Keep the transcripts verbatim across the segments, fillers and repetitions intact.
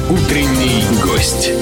Утренний гость.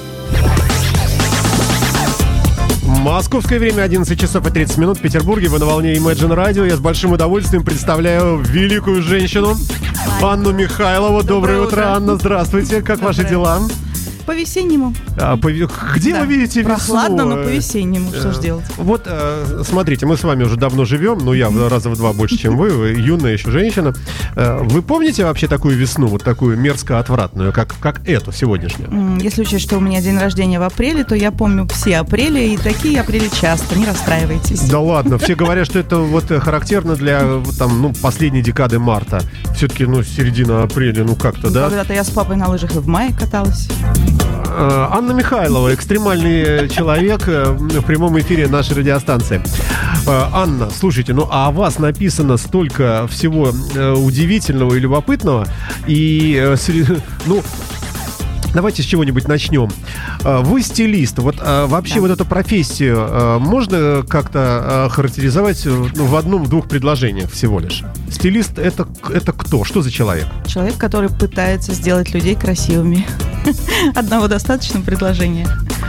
Московское время одиннадцать часов и тридцать минут в Петербурге. Вы на волне Imagine Radio. Я с большим удовольствием представляю великую женщину Анну Михайлову. Доброе, Доброе утро, утро, Анна. Здравствуйте. Как Доброе. Ваши дела? По-весеннему. А, по... Где да. вы видите весну? Прохладно, но по-весеннему. Что ж делать? Вот, смотрите, мы с вами уже давно живем. Ну, я раза в два больше, чем вы. Вы юная еще женщина. Вы помните вообще такую весну, вот такую мерзко-отвратную, как, как эту сегодняшнюю? Если учесть, что у меня день рождения в апреле, то я помню все апрели, и такие апрели часто. Не расстраивайтесь. Да ладно, все говорят, что это вот характерно для там, ну, последней декады марта. Все-таки, ну, середина апреля, ну, как-то, да? Когда-то я с папой на лыжах и в мае каталась. Анна Михайлова, экстремальный человек в прямом эфире нашей радиостанции. Анна, слушайте, ну а о вас написано столько всего удивительного и любопытного. И, ну... Давайте с чего-нибудь начнем. Вы стилист. Вот вообще да. вот эту профессию можно как-то характеризовать ну, в одном-двух предложениях всего лишь? Стилист это, это кто? Что за человек? Человек, который пытается сделать людей красивыми. Одного достаточно предложения.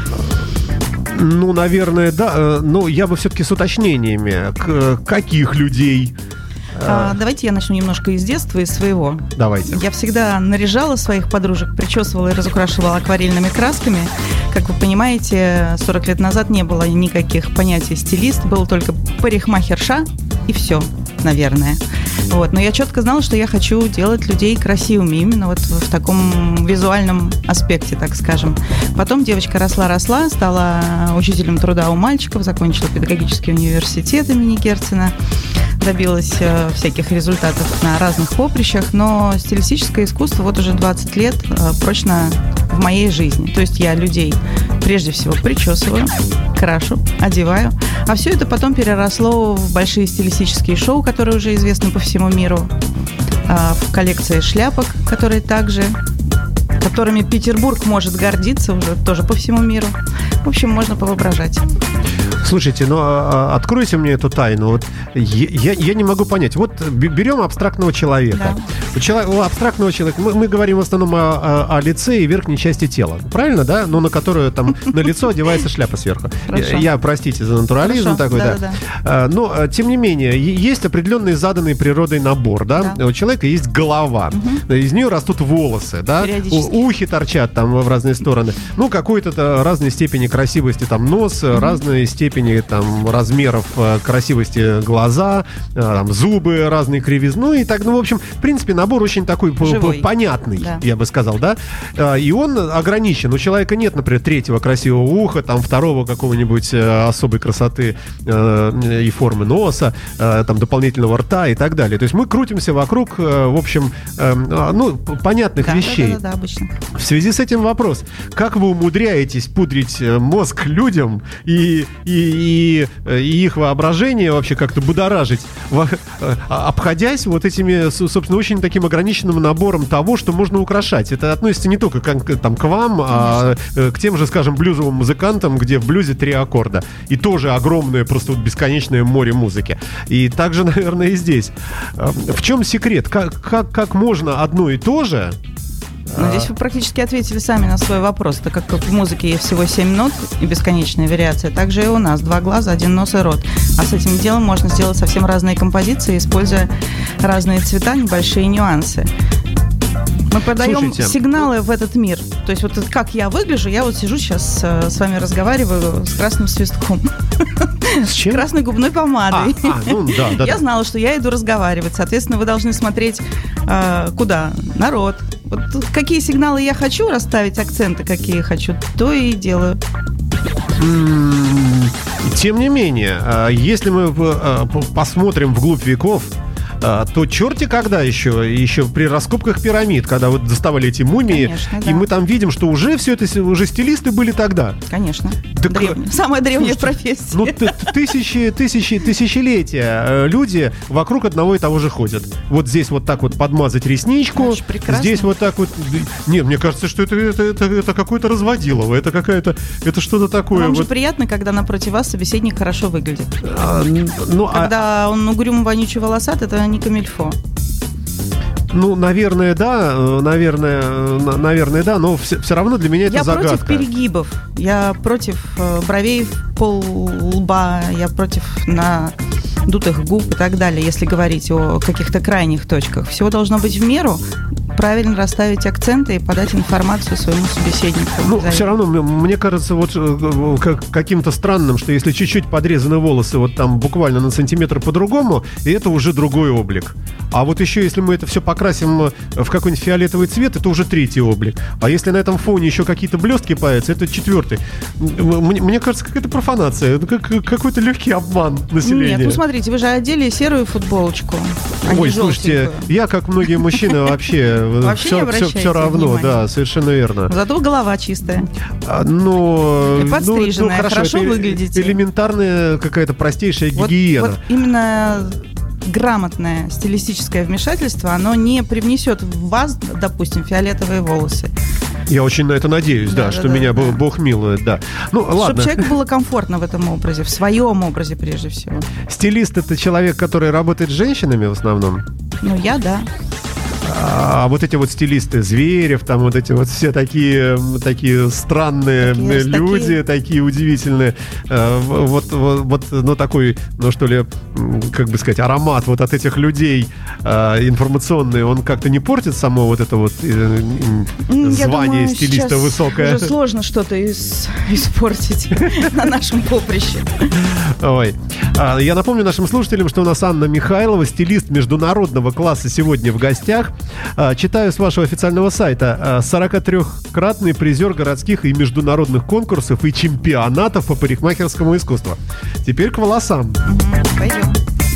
Ну, наверное, да. Но я бы все-таки с уточнениями. Каких людей? А, давайте я начну немножко из детства, из своего. Давайте. Я всегда наряжала своих подружек, причесывала и разукрашивала акварельными красками. Как вы понимаете, сорок лет назад не было никаких понятий стилист, был только парикмахерша и все, наверное. Вот. Но я четко знала, что я хочу делать людей красивыми именно вот в таком визуальном аспекте, так скажем. Потом девочка росла-росла, стала учителем труда у мальчиков, закончила педагогический университет имени Герцена, добилась э, всяких результатов на разных поприщах, но стилистическое искусство вот уже двадцать лет э, прочно в моей жизни. То есть я людей прежде всего причесываю, крашу, одеваю, а все это потом переросло в большие стилистические шоу, которые уже известны по всему миру, э, в коллекции шляпок, которые также, которыми Петербург может гордиться уже тоже по всему миру. В общем, можно повоображать. Слушайте, ну а, откройте мне эту тайну. Вот я, я не могу понять. Вот берем абстрактного человека. Да. У, человека, у абстрактного человека мы, мы говорим в основном о, о, о лице и верхней части тела. Правильно, да? Ну, на которую там на лицо одевается шляпа сверху. Я, я, простите за натурализм такой, да. да. да. Но, тем не менее, есть определенный заданный природой набор, да? да. У человека есть голова. Угу. Из нее растут волосы, да? Ухи торчат там в разные стороны. Ну, какой-то разной степени красивости там нос, угу. разной степени там, размеров красивости глаза, там, зубы разные кривизны, ну и так, ну, в общем, в принципе, набор очень такой Живой. понятный, да. я бы сказал, да, и он ограничен. У человека нет, например, третьего красивого уха, там, второго какого-нибудь особой красоты и формы носа, там, дополнительного рта и так далее. То есть мы крутимся вокруг, в общем, ну, понятных да, вещей. Да, да, да, обычно. В связи с этим вопрос: как вы умудряетесь пудрить мозг людям и, и И, и их воображение вообще как-то будоражить, обходясь вот этими, собственно, очень таким ограниченным набором того, что можно украшать. Это относится не только к, там, к вам, а к тем же, скажем, блюзовым музыкантам, где в блюзе три аккорда. И тоже огромное, просто вот бесконечное море музыки. И также, наверное, и здесь. В чем секрет? Как, как, как можно одно и то же... Но здесь вы практически ответили сами на свой вопрос. Так как в музыке есть всего семь нот и бесконечная вариация, также и у нас два глаза, один нос и рот. А с этим делом можно сделать совсем разные композиции, используя разные цвета, небольшие нюансы. Мы подаем Слушайте. сигналы в этот мир. То есть вот как я выгляжу, я вот сижу сейчас с вами разговариваю с красным свистком. С чем? С красной губной помадой. А, а, ну, да, да, я да. знала, что я иду разговаривать. Соответственно, вы должны смотреть э, куда? На рот. Вот какие сигналы я хочу расставить, акценты какие хочу, то и делаю. Тем не менее, если мы посмотрим вглубь веков, то черти когда еще, еще при раскопках пирамид, когда вот доставали эти мумии, Конечно, да. и мы там видим, что уже все это, уже стилисты были тогда. Конечно. Так, Древняя. Самая древняя слушайте, профессия. Ну, тысячи, тысячи, тысячелетия люди вокруг одного и того же ходят. Вот здесь вот так вот подмазать ресничку, здесь вот так вот... Нет, мне кажется, что это, это, это, это какое-то разводилово, это какая-то, это что-то такое. Вам вот... же приятно, когда напротив вас собеседник хорошо выглядит. А, ну, когда а... он угрюм, вонючий, волосат, это не камильфо. Ну, наверное, да, наверное, наверное, да, но все, все равно для меня это я загадка. Я против перегибов, я против бровей в пол лба, я против надутых губ и так далее, если говорить о каких-то крайних точках. Всего должно быть в меру, правильно расставить акценты и подать информацию своему собеседнику. Ну, все равно, мне кажется, вот как, каким-то странным, что если чуть-чуть подрезаны волосы, вот там буквально на сантиметр по-другому, и это уже другой облик. А вот еще, если мы это все покрасим в какой-нибудь фиолетовый цвет, это уже третий облик. А если на этом фоне еще какие-то блестки появятся, это четвертый. Мне, мне кажется, какая-то профанация, это как, какой-то легкий обман населения. Нет, ну смотрите, вы же одели серую футболочку, а Ой, не слушайте, желтенькую. Я, как многие мужчины, вообще, Вообще все, не обращайте все, все равно, внимания. да, совершенно верно. Зато голова чистая. А, но, И подстриженная, ну, ну, хорошо, хорошо это выглядите. Элементарная какая-то простейшая Вот, гигиена. вот именно грамотное стилистическое вмешательство, оно не привнесет в вас, допустим, фиолетовые волосы. Я очень на это надеюсь, да, Да, что да, меня да. Бог милует, да. Ну, ладно. Чтобы человеку было комфортно в этом образе, в своем образе прежде всего. Стилист — это человек, который работает с женщинами в основном. Ну, я, да. А вот эти вот стилисты Зверев, там вот эти вот все такие, такие странные Такие, люди, такие. такие удивительные. Э, Вот, вот, вот, ну, такой, ну, что ли, м, как бы сказать, аромат вот от этих людей э, информационный, он как-то не портит само вот это вот э, м, М, я звание думаю, стилиста сейчас высокое? уже сложно что-то ис- испортить на нашем поприще. Ой. А, Я напомню нашим слушателям, что у нас Анна Михайлова, стилист международного класса, сегодня в гостях. А, Читаю с вашего официального сайта. А, сорокатрёхкратный призер городских и международных конкурсов и чемпионатов по парикмахерскому искусству. Теперь к волосам. Мгм, Пойдем.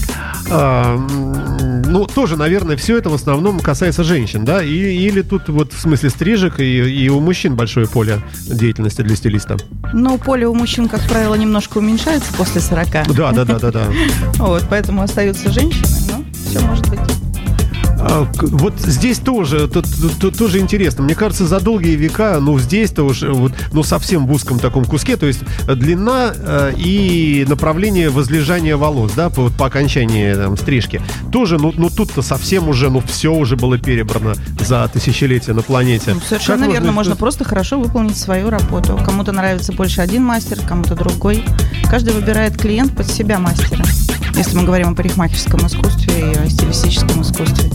А, м, ну, тоже, наверное, все это в основном касается женщин, да? И, или тут вот в смысле стрижек и, и у мужчин большое поле деятельности для стилиста? Но поле у мужчин, как правило, немножко уменьшается после сорока. Да, да, да, да, да. Вот, поэтому остаются женщины, но все может быть. А, к- Вот здесь тоже, тут, тут тоже интересно. Мне кажется, за долгие века, ну, здесь-то уже, вот, ну, совсем в узком таком куске, то есть длина э, и направление возлежания волос, да, по, вот по окончании там, стрижки. Тоже, ну, ну, тут-то совсем уже, ну, все уже было перебрано за тысячелетия на планете. Ну, совершенно Как верно, можно просто хорошо выполнить свою работу. Кому-то нравится больше один мастер, кому-то другой. Каждый выбирает клиент под себя мастера. Если мы говорим о парикмахерском искусстве и о стилистическом искусстве.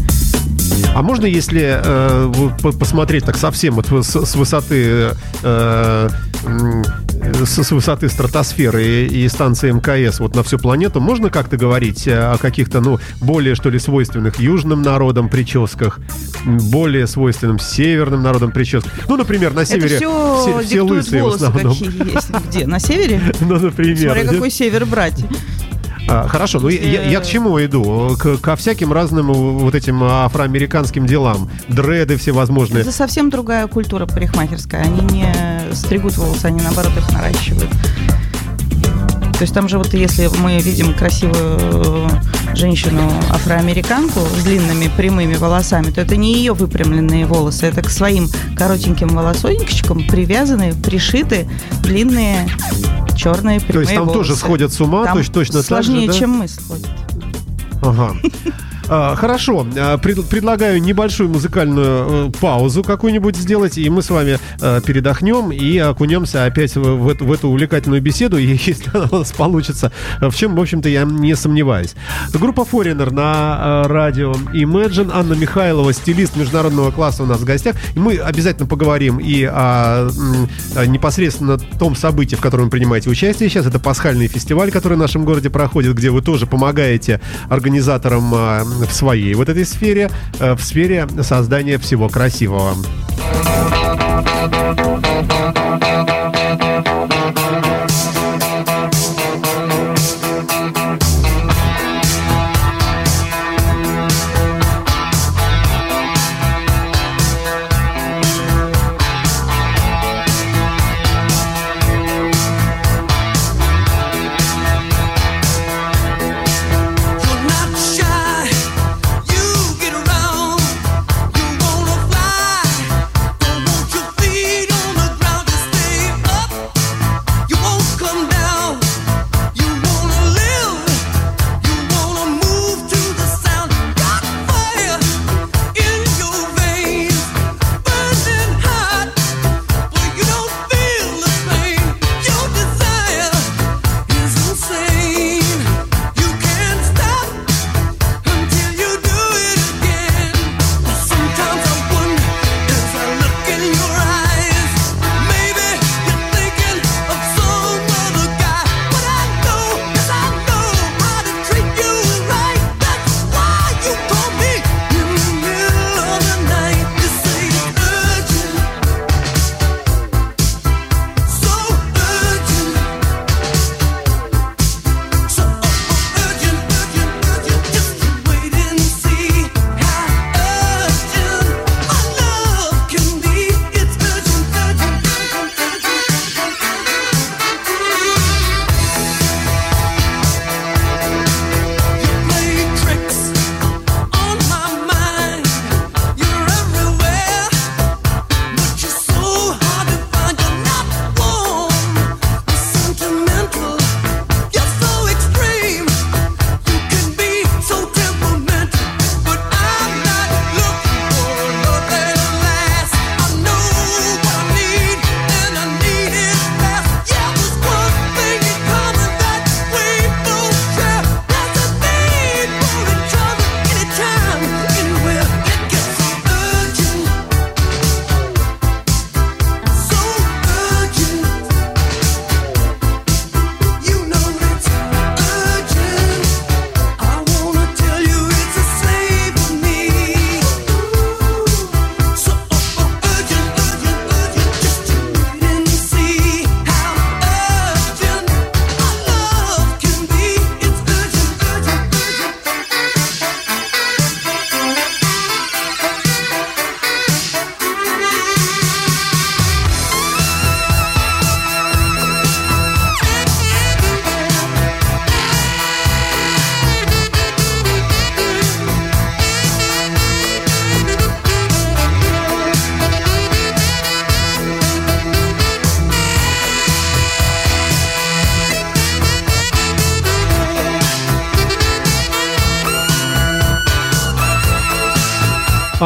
А можно, если э, вот по- посмотреть так совсем вот с, с высоты э, м, с, с высоты стратосферы и, и станции МКС вот на всю планету, можно как-то говорить о каких-то, ну, более, что ли, свойственных южным народам прическах, м, более свойственным северным народам прическах? Ну, например, на севере Это все, все, все диктуют лысые в волосы, основном. какие есть. Где? На севере? Ну, например. Смотря нет? какой север брать. А, хорошо, ну я, я к чему иду? К, ко всяким разным вот этим афроамериканским делам. Дреды всевозможные. Это совсем другая культура парикмахерская. Они не стригут волосы, они наоборот их наращивают. То есть там же вот если мы видим красивую женщину-афроамериканку с длинными прямыми волосами, то это не ее выпрямленные волосы, это к своим коротеньким волосончикам привязаны, пришиты длинные черные прямые волосы. То есть там волосы. тоже сходят с ума, Там то есть точно сложнее, так же, да? чем мы сходят. Ага. А, Хорошо, А, пред- предлагаю небольшую музыкальную э, паузу какую-нибудь сделать, и мы с вами э, передохнем и окунемся опять в, в эту, в эту увлекательную беседу, и если она у нас получится, в чем, в общем-то, я не сомневаюсь. Группа Foreigner на э, радио Imagine, Анна Михайлова, стилист международного класса у нас в гостях, и мы обязательно поговорим и о, м, о непосредственно том событии, в котором вы принимаете участие сейчас, это пасхальный фестиваль, который в нашем городе проходит, где вы тоже помогаете организаторам э, в своей вот этой сфере, э, в сфере создания всего красивого. You're not shy, you get around, you wanna fly, don't want your feet on the ground to stay up. You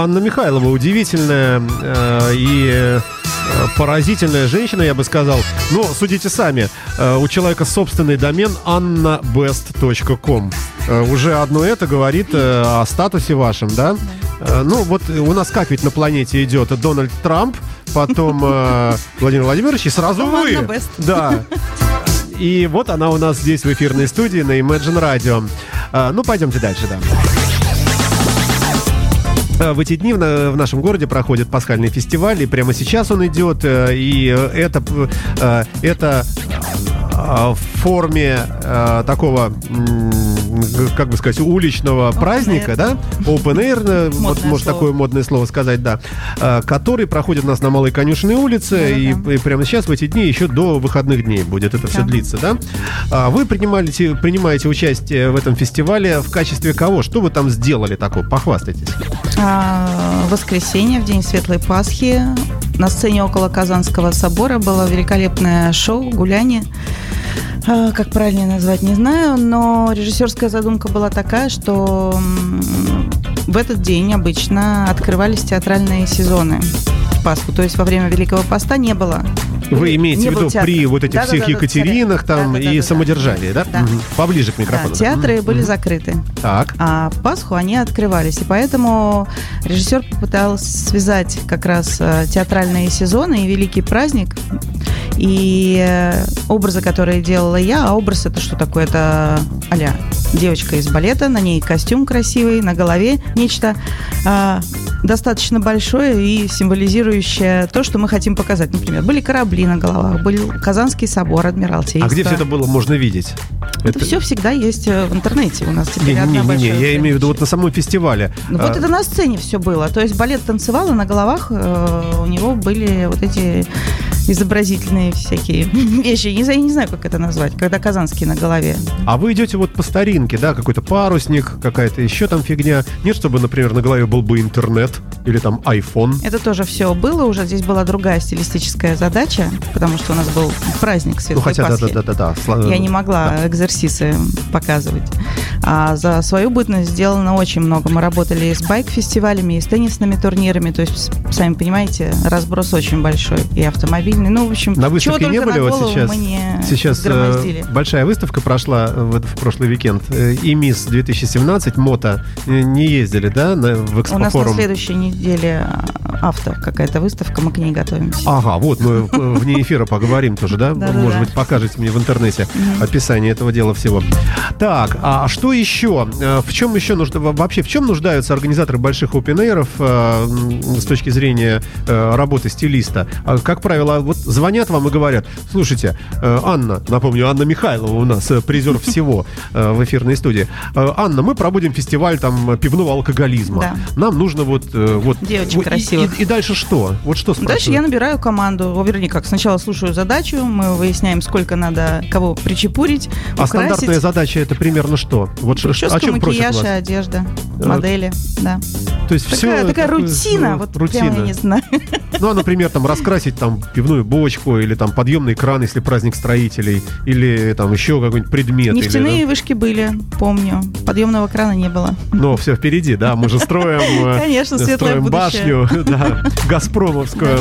Анна Михайлова, удивительная э, и э, поразительная женщина, я бы сказал. Но судите сами, э, у человека собственный домен анна бест точка ком. Э, уже одно это говорит э, о статусе вашем, да? Э, ну вот у нас как ведь на планете идет Дональд Трамп, потом э, Владимир Владимирович и сразу Потом вы. Анна Бест. Да. И вот она у нас здесь в эфирной студии на Imagine Radio. Э, ну, пойдемте дальше, да. В эти дни в нашем городе проходит пасхальный фестиваль, и прямо сейчас он идет, и это, это в форме такого, как бы сказать, уличного Open праздника, air. Да? Open air, вот, может слово. такое модное слово сказать, да, который проходит у нас на Малой Конюшенной улице, Да-да-да. и, и прямо сейчас в эти дни еще до выходных дней будет это все Да. длиться, да? А Вы принимаете, принимаете участие в этом фестивале в качестве кого? Что вы там сделали такого? Похвастайтесь. А, в воскресенье, в день Светлой Пасхи, на сцене около Казанского собора было великолепное шоу, гуляние. А, Как правильно назвать, не знаю, но режиссерская задумка была такая, что м, в этот день обычно открывались театральные сезоны в Пасху. То есть во время Великого Поста не было. Вы имеете не в был виду театр. при вот этих Да-да-да, всех Екатеринах там да-да-да, и да. самодержавии, да? Да. Мгм. Поближе к Да, микрофону. театры Мгм. были Мгм. закрыты. Так. А в Пасху они открывались. И поэтому режиссер попытался связать как раз э, театральные сезоны и великий праздник. И э, образы, которые делала я, а образ это что такое? Это а-ля девочка из балета, на ней костюм красивый, на голове нечто э, достаточно большое и символизирующее то, что мы хотим показать. Например, были корабли на головах, был Казанский собор, Адмиралтейство. А где все это было можно видеть? Это, все всегда есть э, в интернете. У нас теперь одна Не-не-не, большая я имею в виду вот на страничка. самом фестивале. Ну, А, вот это на сцене все было. То есть балет танцевал, и на головах э, у него были вот эти изобразительные всякие вещи. Не знаю, я не знаю, как это назвать, когда казанские на голове. А вы идете вот по старинке, да, какой-то парусник, какая-то еще там фигня. Нет, чтобы, например, на голове был бы интернет или там iPhone. Это тоже все было уже. Здесь была другая стилистическая задача, потому что у нас был праздник Ну, Светлой хотя, Пасхи. да-да-да-да. Я не могла экзерсисы показывать. А за свою бытность сделано очень много. Мы работали и с байк-фестивалями, и с теннисными турнирами. То есть, сами понимаете, разброс очень большой. И автомобильный. Ну, в общем, На чего выставке только не были на вот голову сейчас? мы не Сейчас сгромоздили. э, большая выставка прошла в, в прошлый уикенд. Э, и МИС две тысячи семнадцать, мото. Э, Не ездили, да, на, в У нас на экспофорум? следующей неделе авто какая-то выставка, мы к ней готовимся. Ага, вот мы э, вне эфира поговорим тоже, да? Да-да-да. Может быть, покажете мне в интернете описание этого дела всего. Так, а что еще? Э, В чем еще нужда... Вообще, в чем нуждаются организаторы больших опен-эйров э, м, с точки зрения э, работы стилиста? А, Как правило, вот звонят вам и говорят: слушайте, э, Анна, напомню, Анна Михайлова у нас, э, призер всего э, в эфирной студии. Э, Анна, мы проводим фестиваль там пивного алкоголизма. Да. Нам нужно вот... э, вот Девочек вот и- красивых. И, и дальше что? Вот что спрашивают? Дальше я набираю команду. О, вернее, как, сначала слушаю задачу, мы выясняем, сколько надо кого причепурить, А украсить. стандартная задача это примерно что? Вот ш- Прическа, о чем просят макияж и вас? одежда, А, модели, да. То есть Такая, все такая рутина, вот прямо я не знаю. Ну, а, например, там раскрасить там пивную бочку или там подъемный кран, если праздник строителей, или там еще какой-нибудь предмет. Нефтяные или, вышки были, помню. Подъемного крана не было. ну, но все впереди, да, мы же строим, э, Конечно, светлое строим будущее. башню, да, Газпромовскую.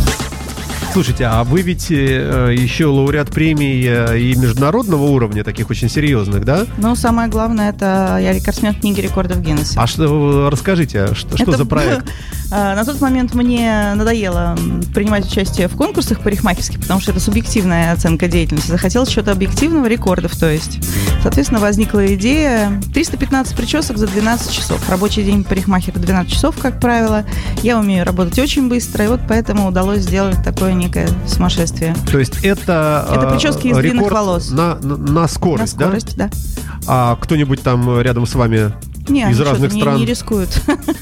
Слушайте, а вы ведь э, еще лауреат премий э, и международного уровня, таких очень серьезных, да? Но самое главное, это я рекордсмен книги рекордов Гиннесса. А что, расскажите, что, что Это за проект? было- а, На тот момент мне надоело м, принимать участие в конкурсах парикмахерских, потому что это субъективная оценка деятельности. Захотелось чего-то объективного, рекордов, то есть. Соответственно, возникла идея триста пятнадцать причесок за двенадцать часов. Рабочий день парикмахера двенадцать часов, как правило. Я умею работать очень быстро, и вот поэтому удалось сделать такое некое сумасшествие. То есть это... Это э, прически из длинных рекорд волос. На, на, на скорость, На скорость, да? да? А кто-нибудь там рядом с вами Не, из они разных что-то не- стран? не рискуют.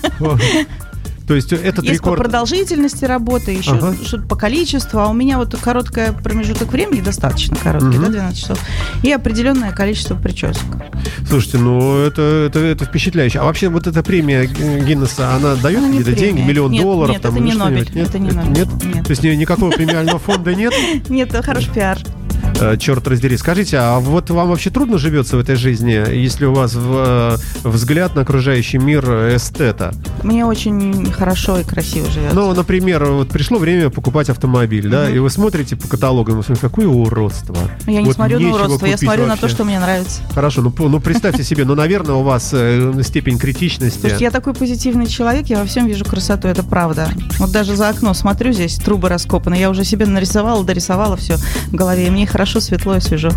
То есть этот Есть по рекорд... продолжительности работы, еще Ага. что-то по количеству, а у меня вот короткий промежуток времени, достаточно короткий, Мгм. да, двенадцать часов, и определенное количество причесок. Слушайте, ну это, это, это впечатляюще. А вообще вот эта премия Гиннесса, она дает Она не какие-то деньги, премия. миллион Нет, долларов? нет, там, это или не что-нибудь? Нобель, это не Нобель. Нет? Нет. То есть ни- никакого премиального фонда нет? Нет, это хороший пиар. э, черт раздери. Скажите, а вот вам вообще трудно живется в этой жизни, если у вас в, э, взгляд на окружающий мир эстета? Мне очень хорошо и красиво живется. Ну, например, вот пришло время покупать автомобиль, да, Мгм. и вы смотрите по каталогам, вы смотрите, какое уродство. Я не Вот смотрю на нечего уродство, я купить смотрю на вообще. то, что мне нравится. Хорошо, ну, п- ну представьте себе, ну, наверное, у вас э, степень критичности. Слушайте, я такой позитивный человек, я во всем вижу красоту, это правда. Вот даже за окно смотрю, здесь трубы раскопаны, я уже себе нарисовала, дорисовала все в голове, и мне хорошо, светло и свежо.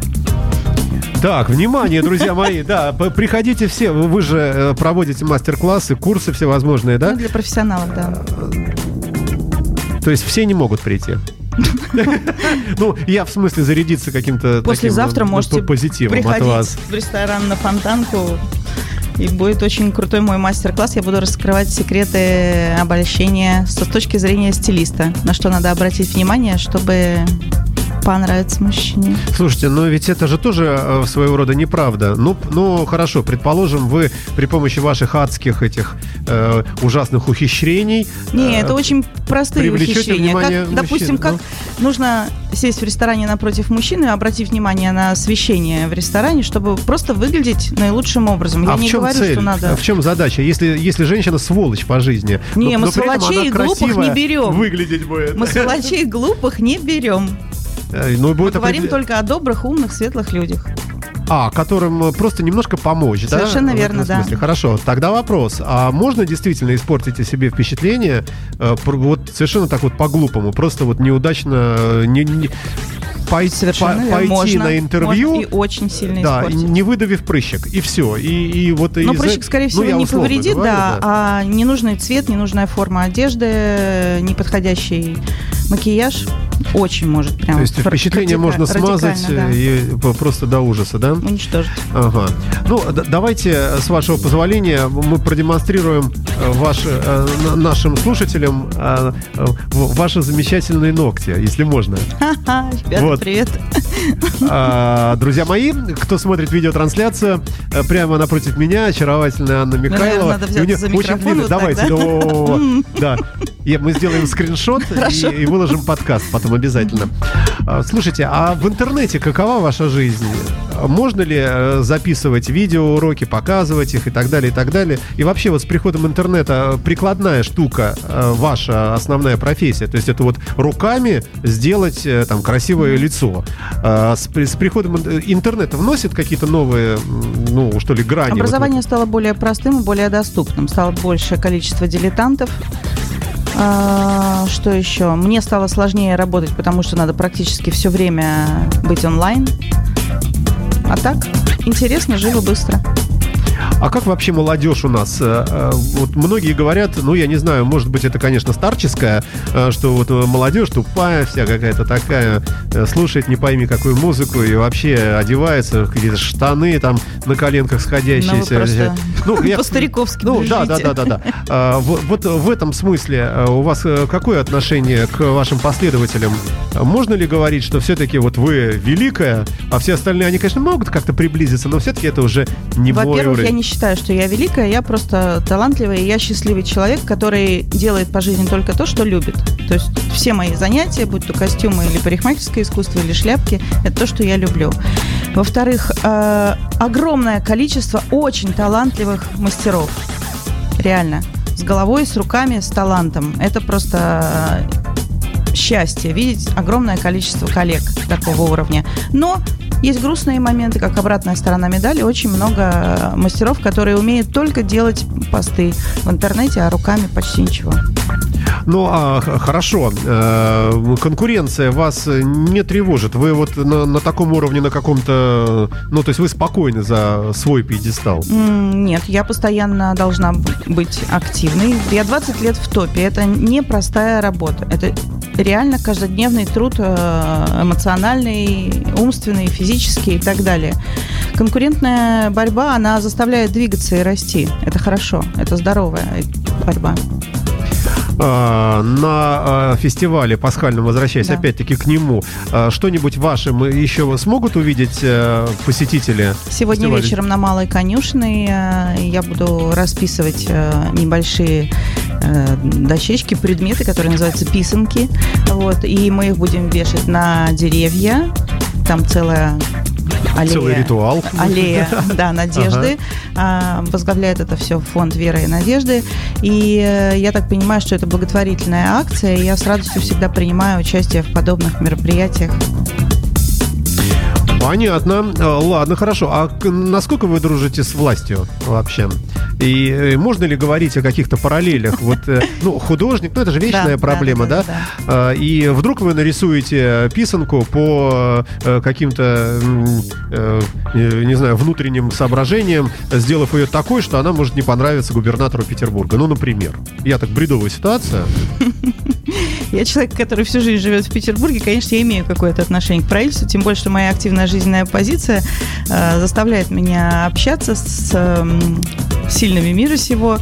Так, внимание, друзья мои, да, п- приходите все, вы, вы же э, проводите мастер-классы, курсы всевозможные, да? Ну, для профессионалов, да. То есть все не могут прийти. Ну, я в смысле зарядиться каким-то Послезавтра таким, ну, можете позитивом от приходить вас. в ресторан на Фонтанку, и будет очень крутой мой мастер-класс. Я буду раскрывать секреты обольщения с точки зрения стилиста, на что надо обратить внимание, чтобы понравиться мужчине. Слушайте, но ведь это же тоже э, своего рода неправда. Ну, ну, хорошо, предположим, вы при помощи ваших адских этих э, ужасных ухищрений... Не, э, это очень простые привлечете ухищрения. внимание Как, допустим, мужчин, как нужно сесть в ресторане напротив мужчины и обратить внимание на освещение в ресторане, чтобы просто выглядеть наилучшим образом. Я а в не чем говорю, цель? что надо... А в чем задача? Если, если женщина сволочь по жизни, Не, но, мы но при этом сволочей она и глупых красивая не берем. выглядеть будет. Мы сволочей глупых не берем. Э, ну, Мы будет говорим определ- только о добрых, умных, светлых людях. А, которым э, просто немножко помочь, да? Совершенно В этом верно, да. смысле. Хорошо, тогда вопрос. А можно действительно испортить о себе впечатление э, пр- вот совершенно так вот по-глупому, просто вот неудачно э, не, не- пой- Совершенно по- верно. пойти Можно, на интервью, можно и очень сильно да, испортить. не выдавив прыщик, и все. И, и вот Но из-за- прыщик, скорее всего, ну, я не условно повредит, говорю, да, а ненужный цвет, ненужная форма одежды, неподходящий макияж очень может прям... То есть фр- впечатление радика- можно смазать радикально, да. и п- просто до ужаса, да? Уничтожить. Ага. Ну, д- давайте, с вашего позволения, мы продемонстрируем э, ваш, э, на- нашим слушателям э, э, в- ваши замечательные ногти, если можно. Ха-ха, ребята, Вот. привет. А, друзья мои, кто смотрит видеотрансляцию, э, прямо напротив меня очаровательная Анна Михайлова. наверное, надо И взяться у неё за очень микрофон длинный- вот так, Давайте, да? да, во-во-во-во. Да. И мы сделаем скриншот Хорошо. и, и выложим подкаст потом обязательно. А, Слушайте, а в интернете какова ваша жизнь? Можно ли э, записывать видеоуроки, показывать их и так далее, и так далее? И вообще вот с приходом интернета прикладная штука, э, ваша основная профессия, то есть это вот руками сделать э, там красивое лицо. А с, при- с приходом ин- интернета вносит какие-то новые, м, ну, что ли, грани? Образование вот в стало более простым и более доступным. Стало большее количество дилетантов. А, что еще? Мне стало сложнее работать, потому что надо практически все время быть онлайн. А так, интересно, живо, быстро. А как вообще молодежь у нас? Э, э, Вот многие говорят, ну, я не знаю, может быть, это, конечно, старческое, э, что вот э, молодежь тупая вся какая-то такая, э, слушает не пойми какую музыку и вообще одевается в какие-то штаны там на коленках сходящиеся. Ну, вы просто Ну, я- по-стариковски Ну, да, да, бежите. да, да, да. А, вот, вот в этом смысле э, у вас э, какое отношение к вашим последователям? Можно ли говорить, что все-таки вот вы великая, а все остальные, они, конечно, могут как-то приблизиться, но все-таки это уже не мой Во-первых, я уровень? не считаю, что я великая, я просто талантливая, и я счастливый человек, который делает по жизни только то, что любит. То есть все мои занятия, будь то костюмы или парикмахерское искусство, или шляпки, это то, что я люблю. Во-вторых, э, огромное количество очень талантливых мастеров. Реально. С головой, с руками, с талантом. Это просто э, счастье видеть огромное количество коллег такого уровня. Но есть грустные моменты, как обратная сторона медали. Очень много мастеров, которые умеют только делать посты в интернете, а руками почти ничего. Ну, а, х- хорошо. Э, конкуренция вас не тревожит? Вы вот на, на таком уровне, на каком-то... Ну, то есть вы спокойны за свой пьедестал? М, Нет, я постоянно должна б- быть активной. Я двадцать лет в топе. Это непростая работа. Это реально каждодневный труд, э, эмоциональный, умственный, физический и так далее. Конкурентная борьба, она заставляет двигаться и расти. Это хорошо, это здоровая борьба. А, на а, фестивале пасхальном, возвращаясь Да. опять-таки к нему, а, что-нибудь вашим еще смогут увидеть э, посетители? Сегодня фестиваля? вечером на Малой Конюшной э, я буду расписывать э, небольшие э, дощечки, предметы, которые называются писанки. Вот, и мы их будем вешать на деревья там целая аллея. Целый ритуал. Аллея, да, надежды. А, возглавляет это все фонд «Веры и надежды». И э, я так понимаю, что это благотворительная акция, и я с радостью всегда принимаю участие в подобных мероприятиях. Понятно. Ладно, хорошо. А к- насколько вы дружите с властью вообще? И э, можно ли говорить о каких-то параллелях? Вот, э, ну, художник, ну, это же вечная Да, проблема, да? да, да, да, А, И вдруг вы нарисуете писанку по э, каким-то, м, э, э, не знаю, внутренним соображениям, сделав ее такой, что она может не понравиться губернатору Петербурга. Ну, например. Я так, бредовая ситуация. Я человек, который всю жизнь живет в Петербурге, конечно, я имею какое-то отношение к правительству, тем более, что моя активная жизненная позиция э, заставляет меня общаться с э, сильными мира сего.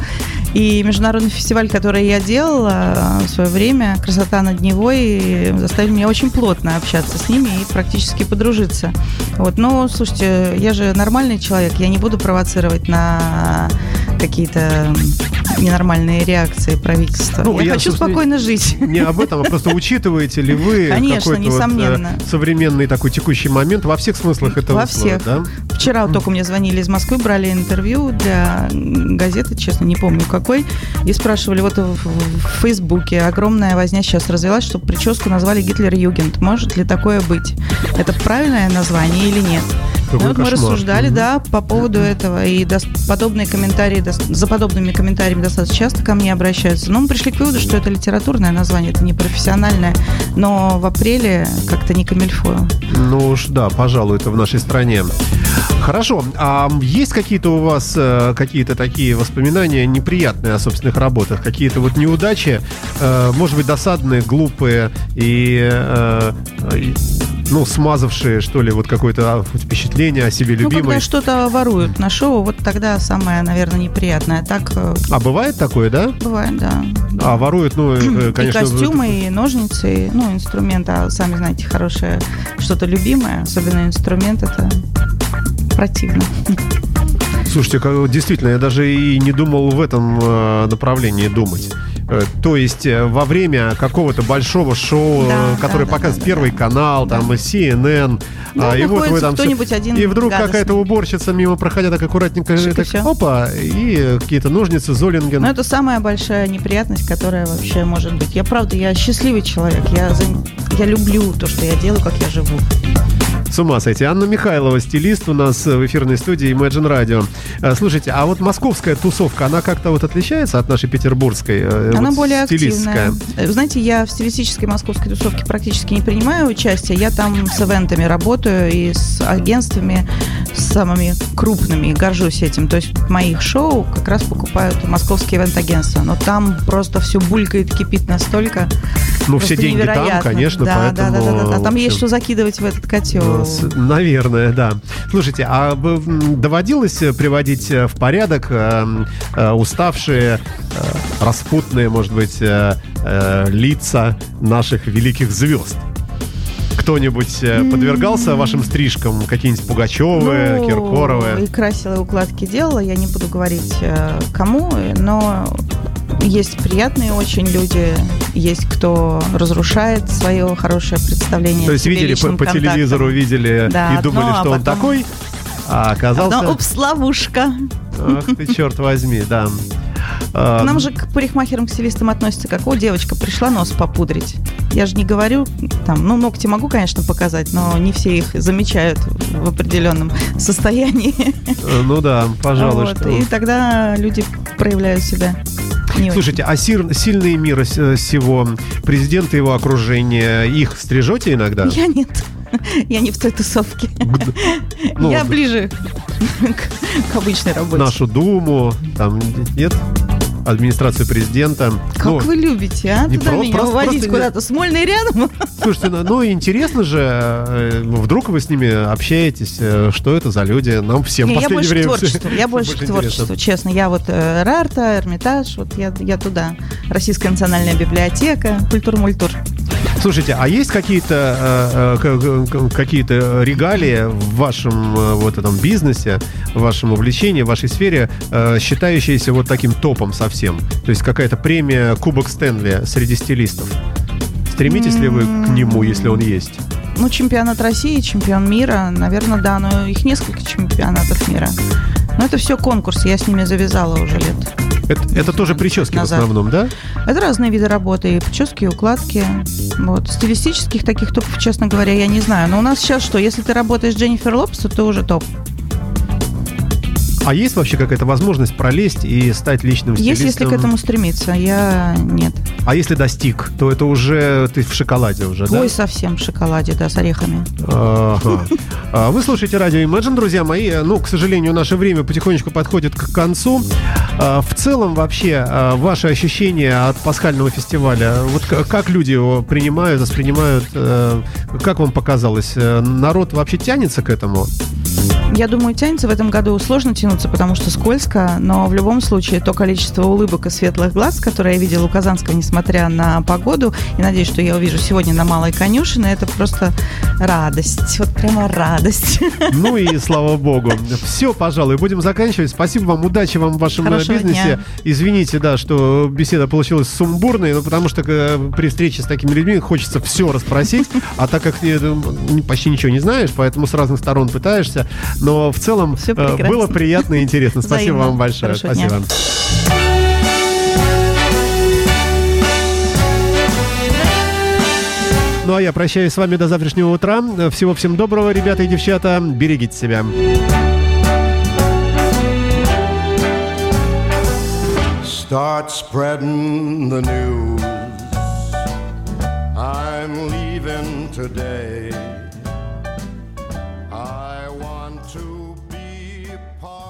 И международный фестиваль, который я делала в свое время, «Красота над Невой», заставил меня очень плотно общаться с ними и практически подружиться. Вот. Но, слушайте, я же нормальный человек, я не буду провоцировать на какие-то ненормальные реакции правительства. Ну, я, я, хочу собственно, спокойно жить. Не об этом, а просто учитываете ли вы Конечно, какой-то вот, несомненно. э, современный такой текущий момент во всех смыслах этого Во слова, всех. да? Вчера вот только мне звонили из Москвы, брали интервью для газеты, честно, не помню какой, и спрашивали, вот в, в Фейсбуке огромная возня сейчас развелась, что прическу назвали Гитлер-Югент. Может ли такое быть? Это правильное название или нет? Какой Ну, вот мы кошмар. рассуждали, Мгм. да, по поводу этого. И дос- подобные комментарии, дос- за подобными комментариями достаточно часто ко мне обращаются. Но мы пришли к выводу, что это литературное название, это не профессиональное. Но в апреле как-то не камильфо. Ну уж да, пожалуй, это в нашей стране. Хорошо. А есть какие-то у вас э, какие-то такие воспоминания неприятные о собственных работах? Какие-то вот неудачи, э, может быть, досадные, глупые и, э, и, ну, смазавшие, что ли, вот какое-то впечатление о себе Ну, любимой? когда что-то воруют на шоу, вот тогда самое, наверное, неприятное. Так э, А бывает такое, да? бывает, да. А воруют, ну, э, конечно... И костюмы, и ножницы, и, ну, инструменты, а сами знаете, хорошее что-то любимое, особенно инструмент, это противно. Слушайте, как- действительно, я даже и не думал в этом э, направлении думать. Э, То есть э, во время какого-то большого шоу, Да, э, которое да, да, показывает да, Первый да. канал, Да. там, си эн эн, Ну, а, и вот вы находится там всё- кто-нибудь один и вдруг гадостный. какая-то уборщица мимо проходя так аккуратненько, Шик, и так, всё. опа, и какие-то ножницы, Золинген. Но это самая большая неприятность, которая вообще может быть. Я, правда, я счастливый человек, я, за- я люблю то, что я делаю, как я живу. С ума сойти. Анна Михайлова, стилист, у нас в эфирной студии Imagine Radio. Э, Слушайте, а вот московская тусовка, она как-то вот отличается от нашей петербургской? э, Она вот более стилистская? активная. Э, Знаете, я в стилистической московской тусовке практически не принимаю участие. Я там с ивентами работаю и с агентствами с самыми крупными. Горжусь этим. То есть моих шоу как раз покупают московские ивент-агентства. Но там просто все булькает, кипит настолько. Ну, все просто деньги там, невероятно. конечно, да, поэтому... Да, да, да, да. А там в есть общем, что закидывать в этот котел. С- Наверное, да. Слушайте, а вы, м, доводилось приводить э, в порядок э, э, уставшие, э, распутные, может быть, э, э, лица наших великих звезд? Кто-нибудь э, подвергался вашим стрижкам? Какие-нибудь Пугачевы, Ну, Киркоровы? И красила, и укладки делала. Я не буду говорить, э, кому, но есть приятные очень люди, есть кто разрушает свое хорошее представление. То о есть себе видели по, личным по контактом. телевизору, видели Да, и думали, одно, а что он потом- такой, а оказался... Потом, упс, ловушка. Ах ты, черт возьми, да. А, К нам же к парикмахерам, к стилистам относятся как: о, девочка пришла нос попудрить. Я же не говорю, там, ну, ногти могу, конечно, показать, но не все их замечают в определенном состоянии. э, Ну да, пожалуй, Вот, что... и тогда люди проявляют себя не очень. Слушайте, а сир- сильные мира с- сего, президенты его окружения, их стрижете иногда? Я нет. Я не в той тусовке. Ну, Я ближе к, к обычной работе. Нашу Думу, там нет? Администрацию президента. Как Ну, вы любите, а? не Туда про- меня просто- уводить просто не- куда-то. Смольный рядом? Слушайте, ну, ну интересно же, э, вдруг вы с ними общаетесь, э, что это за люди? Нам всем Не, в я последнее больше к время... творчеству. Я больше к интересно. творчеству, честно. Я вот э, Рарта, Эрмитаж, вот я, я туда. Российская национальная библиотека, культур-мультур. Слушайте, а есть какие-то э, э, к- к- какие-то регалии в вашем э, вот этом бизнесе, в вашем увлечении, в вашей сфере, э, считающиеся вот таким топом совсем? То есть какая-то премия Кубок Стэнли среди стилистов. Стремитесь ли вы к нему, если он есть? Ну, чемпионат России, чемпион мира, наверное, да, но их несколько чемпионатов мира. Но это все конкурс, я с ними завязала уже лет. Это, это тоже прически назад. В основном, да? Это разные виды работы, и прически, и укладки. Вот. Стилистических таких топов, честно говоря, я не знаю. Но у нас сейчас что, если ты работаешь с Дженнифер Лопес, то ты уже топ. А есть вообще какая-то возможность пролезть и стать личным стилистом? Есть, если к этому стремиться, я нет. А если достиг, то это уже ты в шоколаде уже, да? Ой, совсем в шоколаде, да, с орехами. Ага. А вы слушаете радио Imagine, друзья мои. Ну, к сожалению, наше время потихонечку подходит к концу. А, в целом, вообще, а, ваши ощущения от пасхального фестиваля, вот к- как люди его принимают, воспринимают, э, как вам показалось? Э, Народ вообще тянется к этому? Я думаю, тянется в этом году. Сложно тянуться, потому что скользко, но в любом случае то количество улыбок и светлых глаз, которые я видела у Казанского, несмотря на погоду, и надеюсь, что я увижу сегодня на Малой Конюшиной, это просто радость. Вот прямо радость. Ну и слава богу. Все, пожалуй, будем заканчивать. Спасибо вам, удачи вам в вашем Хорошего бизнесе. дня. Извините, да, что беседа получилась сумбурной, но потому что э, при встрече с такими людьми хочется все расспросить, а так как ты э, почти ничего не знаешь, поэтому с разных сторон пытаешься, но в целом Всё э, прекрасно. было приятно и интересно. Спасибо Взаимно. вам большое. Хорошего Спасибо. дня. Ну а я прощаюсь с вами до завтрашнего утра. Всего всем доброго, ребята и девчата. Берегите себя. Start spreading the news. I'm leaving today. I want to be part